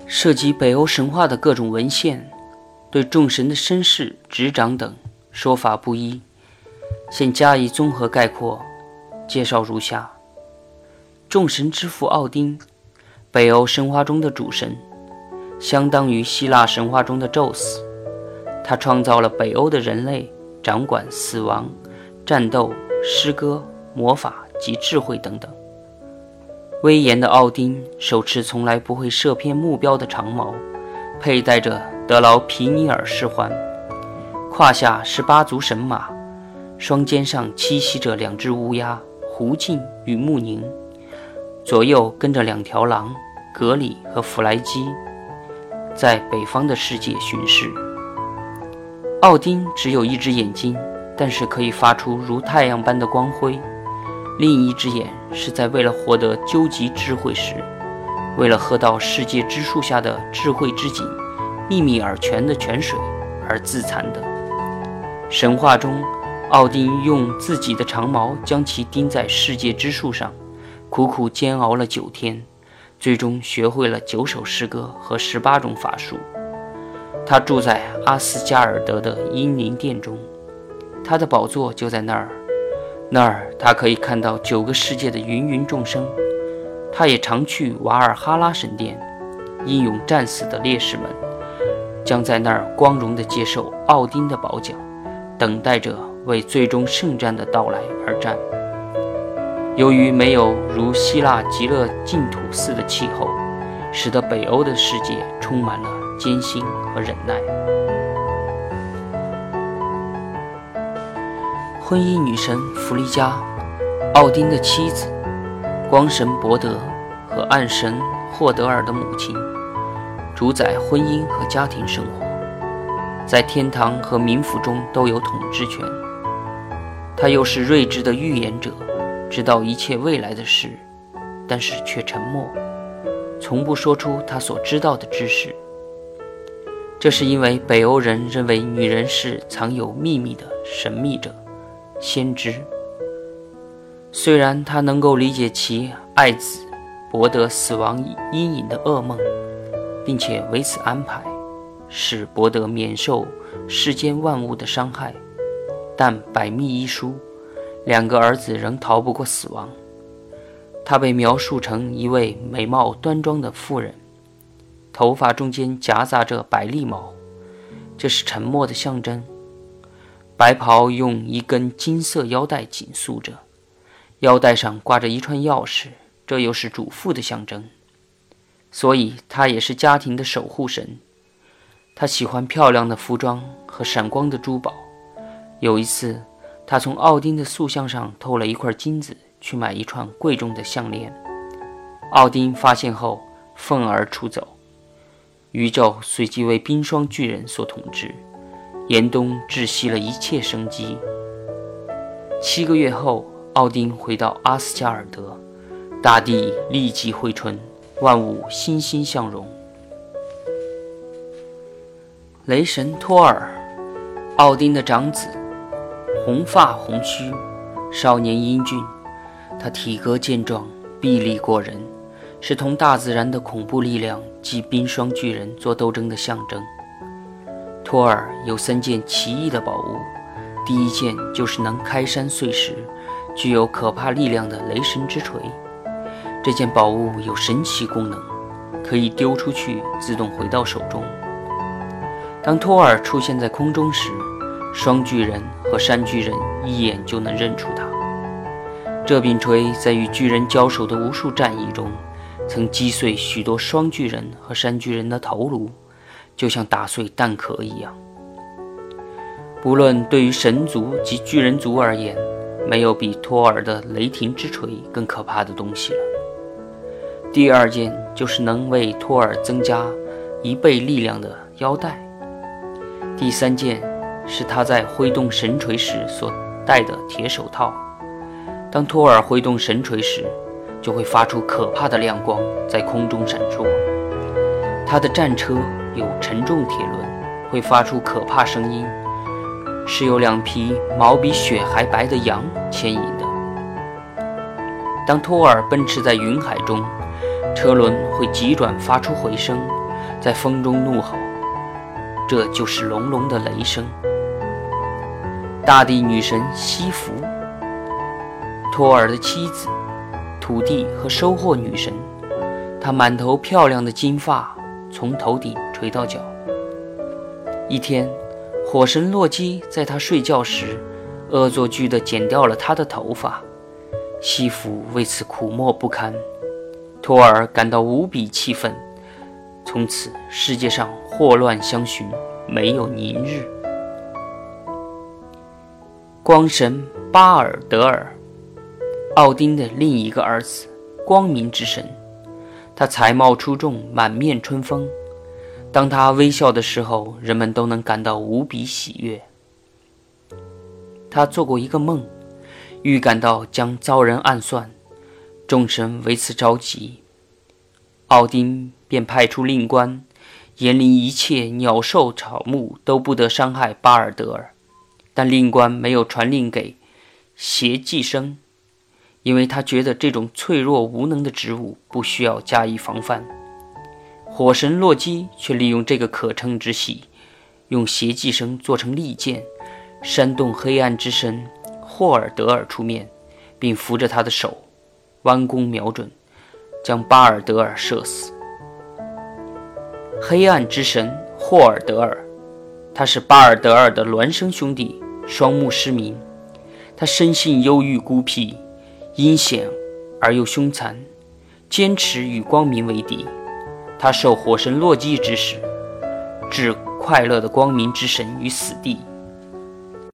涉及北欧神话的各种文献，对众神的身世、执掌等说法不一，现加以综合概括，介绍如下：众神之父奥丁，北欧神话中的主神，相当于希腊神话中的宙斯。他创造了北欧的人类，掌管死亡、战斗、诗歌、魔法及智慧等等。威严的奥丁手持从来不会射偏目标的长矛，佩戴着德劳皮尼尔饰环，胯下是8足神马，双肩上栖息着2只乌鸦胡静与穆宁，左右跟着2条狼格里和弗莱基，在北方的世界巡视。奥丁只有1只眼睛，但是可以发出如太阳般的光辉，另一只眼是在为了获得究极智慧时，为了喝到世界之树下的智慧之井秘密而泉的泉水而自残的。神话中，奥丁用自己的长矛将其钉在世界之树上，苦苦煎熬了9天，最终学会了9首诗歌和18种法术。他住在阿斯加尔德的英灵殿中，他的宝座就在那儿，他可以看到9个世界的芸芸众生。他也常去瓦尔哈拉神殿，英勇战死的烈士们将在那儿光荣地接受奥丁的褒奖，等待着为最终圣战的到来而战。由于没有如希腊极乐净土似的气候，使得北欧的世界充满了艰辛和忍耐。婚姻女神弗利嘉，奥丁的妻子，光神伯德和暗神霍德尔的母亲，主宰婚姻和家庭生活，在天堂和冥府中都有统治权。她又是睿智的预言者，知道一切未来的事，但是却沉默，从不说出她所知道的知识。这是因为北欧人认为女人是藏有秘密的神秘者、先知。虽然她能够理解其爱子博得死亡阴影的噩梦，并且为此安排，使博得免受世间万物的伤害，但百密一疏，2个儿子仍逃不过死亡。她被描述成一位美貌端庄的妇人，头发中间夹杂着百利毛，这是沉默的象征。白袍用一根金色腰带紧束着，腰带上挂着一串钥匙，这又是主妇的象征。所以她也是家庭的守护神。她喜欢漂亮的服装和闪光的珠宝。有一次，她从奥丁的塑像上偷了一块金子，去买一串贵重的项链。奥丁发现后愤而出走，宇宙随即为冰霜巨人所统治，严冬窒息了一切生机。7个月后，奥丁回到阿斯加尔德，大地立即回春，万物欣欣向荣。雷神托尔，奥丁的长子，红发红须，少年英俊，他体格健壮，臂力过人，是同大自然的恐怖力量及冰霜巨人做斗争的象征。托尔有3件奇异的宝物，第一件就是能开山碎石，具有可怕力量的雷神之锤。这件宝物有神奇功能，可以丢出去自动回到手中。当托尔出现在空中时，双巨人和山巨人一眼就能认出他。这柄锤在与巨人交手的无数战役中，曾击碎许多双巨人和山巨人的头颅，就像打碎蛋壳一样。不论对于神族及巨人族而言，没有比托尔的雷霆之锤更可怕的东西了。第二件就是能为托尔增加1倍力量的腰带。第3件是他在挥动神锤时所戴的铁手套。当托尔挥动神锤时，就会发出可怕的亮光，在空中闪烁。他的战车有沉重铁轮，会发出可怕声音，是由2匹毛比雪还白的羊牵引的。当托尔奔驰在云海中，车轮会急转发出回声， 在风中怒吼，这就是隆隆的雷声。大地女神西弗，托尔的妻子，土地和收获女神，她满头漂亮的金发从头顶垂到脚。一天，火神洛基在她睡觉时恶作剧地剪掉了她的头发，西弗为此苦默不堪，托尔感到无比气愤。从此世界上祸乱相寻，没有宁日。光神巴尔德尔，奥丁的另一个儿子，光明之神。他才貌出众，满面春风，当他微笑的时候，人们都能感到无比喜悦。他做过一个梦，预感到将遭人暗算，众神为此着急。奥丁便派出令官，严令一切鸟兽草木都不得伤害巴尔德尔，但令官没有传令给邪寄生，因为他觉得这种脆弱无能的植物不需要加以防范。火神洛基却利用这个可乘之隙，用邪寄生做成利剑，煽动黑暗之神霍尔德尔出面，并扶着他的手，弯弓瞄准，将巴尔德尔射死。黑暗之神霍尔德尔，他是巴尔德尔的孪生兄弟，双目失明。他生性忧郁孤僻，阴险而又凶残，坚持与光明为敌。他受火神洛基指使，置快乐的光明之神于死地。